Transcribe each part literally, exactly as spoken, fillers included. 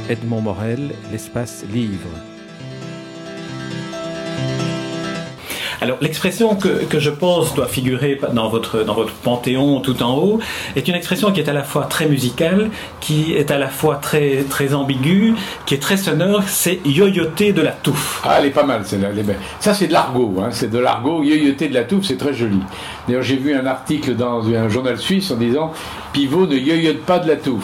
Edmond Morel, l'espace livre. Alors, l'expression que, que je pense doit figurer dans votre, dans votre panthéon tout en haut est une expression qui est à la fois très musicale, qui est à la fois très, très ambiguë, qui est très sonore, c'est yoyoter de la touffe. Ah, elle est pas mal, celle-là. Ça, c'est de l'argot, hein. C'est de l'argot. Yoyoter de la touffe, c'est très joli. D'ailleurs, j'ai vu un article dans un journal suisse en disant « Pivot ne yoyote pas de la touffe ».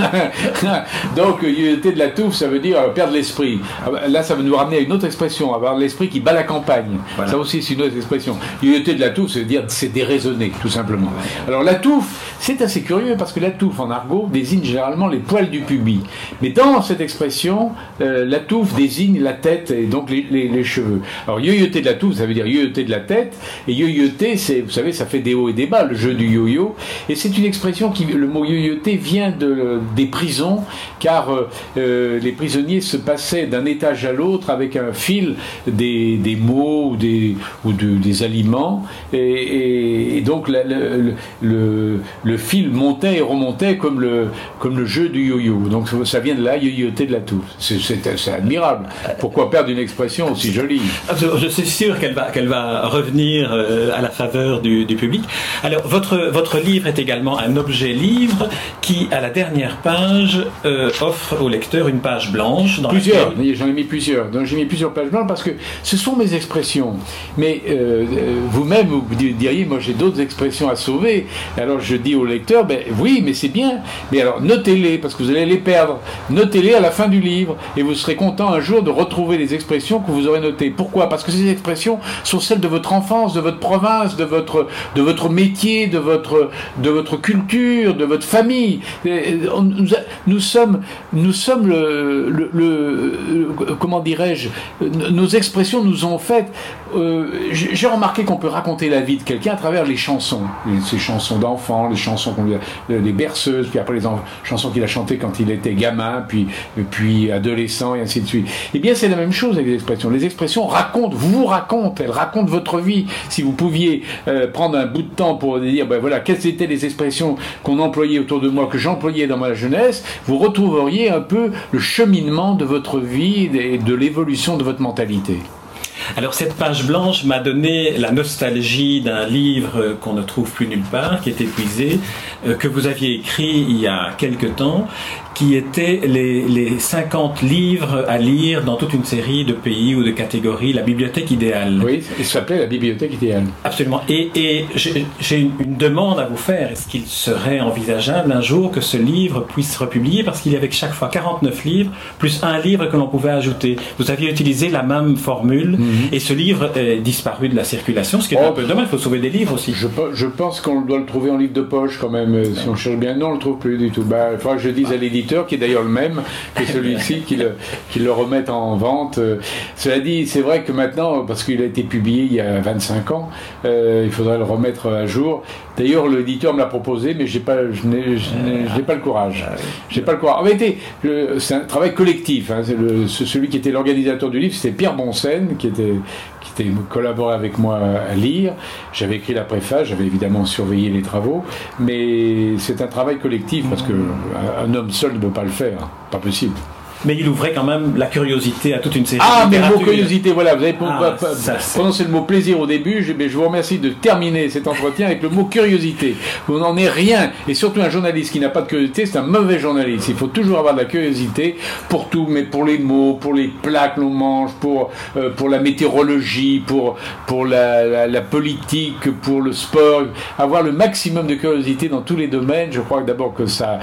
Donc, yoyoter de la touffe, ça veut dire perdre l'esprit. Là, ça veut nous ramener à une autre expression, avoir l'esprit qui bat la campagne. Voilà. Ça aussi, c'est une autre expression. Yoyoter de la touffe, ça veut dire c'est déraisonner, tout simplement. Alors, la touffe, c'est assez curieux parce que la touffe, en argot, désigne généralement les poils du pubis. Mais dans cette expression, euh, la touffe désigne la tête et donc les, les, les cheveux. Alors, yoyoter de la touffe, ça veut dire yoyoter de la tête. Et yoyoter, c'est, vous savez, ça fait des hauts et des bas, le jeu du yo-yo. Et c'est une expression qui, le mot yoyoter vient de, des prisons, car euh, les prisonniers se passaient d'un étage à l'autre avec un fil des, des mots ou des, ou de, des aliments. Et, et, et donc, la, le, le, le fil montait et remontait comme le, comme le jeu du yo-yo. Donc, ça vient de là, yoyoter de la touffe. C'est, c'est, c'est admirable. Pourquoi perdre une expression aussi jolie? Je suis sûr qu'elle va, qu'elle va revenir à la faveur du, du public. Alors, votre, votre livre est également un objet livre qui, à la dernière page, euh, offre au lecteur une page blanche. Dans plusieurs, laquelle... j'en ai mis plusieurs. Donc, j'ai mis plusieurs pages blanches parce que ce sont mes expressions. Mais euh, vous-même, vous diriez, moi j'ai d'autres expressions à sauver. Alors, je dis au lecteur, ben oui, mais c'est bien. Mais alors, notez-les parce que vous allez les perdre. Notez-les à la fin du livre et vous serez content un jour de retrouver les expressions que vous aurez notées. Pourquoi? Parce que ces expressions sont celles de votre enfance, de votre province, de votre, de votre métier, de votre, de votre culture, de votre famille. Nous, nous sommes, nous sommes le, le, le, le comment dirais-je, nos expressions nous ont fait. Euh, j'ai remarqué qu'on peut raconter la vie de quelqu'un à travers les chansons, ces chansons d'enfants, les chansons qu'on les berceuses, puis après les en, chansons qu'il a chantées quand il était gamin, puis puis adolescent et ainsi de suite. Eh bien, c'est la même chose avec les expressions. Les expressions racontent, vous racontent, elles racontent votre vie. Si vous pouviez euh, prendre un bout de temps pour dire, ben voilà, quelles étaient les expressions qu'on employait autour de moi, que j'employais dans ma jeunesse, vous retrouveriez un peu le cheminement de votre vie et de l'évolution de votre mentalité. Alors cette page blanche m'a donné la nostalgie d'un livre qu'on ne trouve plus nulle part, qui est épuisé, euh, que vous aviez écrit il y a quelque temps, qui était les, les cinquante livres à lire dans toute une série de pays ou de catégories, la bibliothèque idéale. Oui, il s'appelait la bibliothèque idéale. Absolument. Et, et j'ai, j'ai une, une demande à vous faire. Est-ce qu'il serait envisageable un jour que ce livre puisse se republier, parce qu'il y avait chaque fois quarante-neuf livres, plus un livre que l'on pouvait ajouter. Vous aviez utilisé la même formule, mm-hmm. et ce livre est disparu de la circulation, ce qui est oh, un peu dommage. Il faut sauver des livres aussi. Je, je pense qu'on doit le trouver en livre de poche quand même, si on cherche bien. Non, on ne le trouve plus du tout. Bah, il faudra que je dise à l'éditeur, qui est d'ailleurs le même que celui-ci, qui le, qui le remette en vente. Cela dit, c'est vrai que maintenant, parce qu'il a été publié il y a vingt-cinq ans, euh, il faudrait le remettre à jour. D'ailleurs, l'éditeur me l'a proposé, mais j'ai pas, je n'ai, je n'ai, je n'ai pas le courage. J'ai pas le courage. En vérité, le, c'est un travail collectif. Hein. C'est le, celui qui était l'organisateur du livre, c'était Pierre Bonsen, qui était, qui était collaboré avec moi à lire. J'avais écrit la préface, j'avais évidemment surveillé les travaux, mais c'est un travail collectif parce que un homme seul ne peut pas le faire, pas possible. Mais il ouvrait quand même la curiosité à toute une série ah, de mais le mot curiosité, voilà, vous avez ah, prononcé le mot plaisir au début, je, je vous remercie de terminer cet entretien avec le mot curiosité. Vous n'en est rien, et surtout un journaliste qui n'a pas de curiosité, c'est un mauvais journaliste. Il faut toujours avoir de la curiosité pour tout, mais pour les mots, pour les plats que l'on mange, pour, euh, pour la météorologie, pour, pour la, la, la politique, pour le sport, avoir le maximum de curiosité dans tous les domaines. Je crois que d'abord que ça,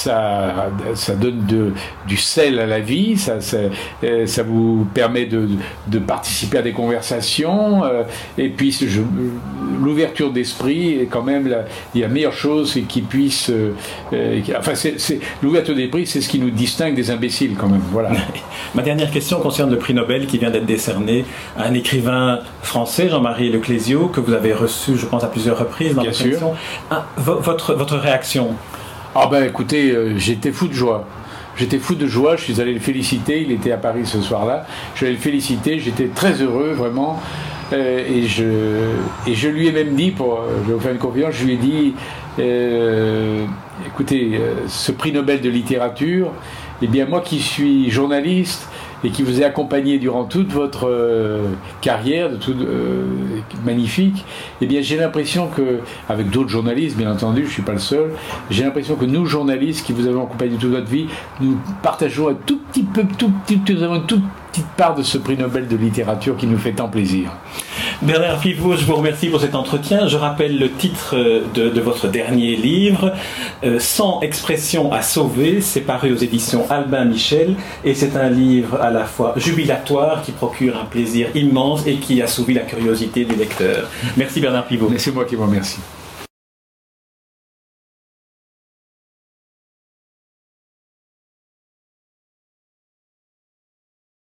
ça, ça donne de, du sel à la vie, ça, ça, euh, ça vous permet de, de participer à des conversations, euh, et puis je, l'ouverture d'esprit est quand même la, la meilleure chose qui puisse euh, euh, enfin c'est, c'est, l'ouverture d'esprit, c'est ce qui nous distingue des imbéciles quand même. Voilà. Ma dernière question concerne le prix Nobel qui vient d'être décerné à un écrivain français, Jean-Marie Leclésio, que vous avez reçu, je pense, à plusieurs reprises dans Bien votre sûr. émission. Ah, votre, votre réaction? Ah ben écoutez, euh, j'étais fou de joie. J'étais fou de joie, je suis allé le féliciter, il était à Paris ce soir-là, je suis allé le féliciter, j'étais très heureux, vraiment, euh, et, je, et je lui ai même dit, pour, je vais vous faire une confidence, je lui ai dit, euh, écoutez, euh, ce prix Nobel de littérature, eh bien moi qui suis journaliste et qui vous ai accompagné durant toute votre euh, carrière, de tout, euh, magnifique, eh bien j'ai l'impression que, avec d'autres journalistes bien entendu, je ne suis pas le seul, j'ai l'impression que nous journalistes qui vous avons accompagné toute votre vie, nous partageons un tout petit peu, tout petit, nous avons une toute petite part de ce prix Nobel de littérature qui nous fait tant plaisir. Bernard Pivot, je vous remercie pour cet entretien. Je rappelle le titre de, de votre dernier livre, euh, cent expressions à sauver, c'est paru aux éditions Albin Michel, et c'est un livre à la fois jubilatoire qui procure un plaisir immense et qui assouvit la curiosité du lecteur. Merci Bernard Pivot. Mais c'est moi qui vous remercie.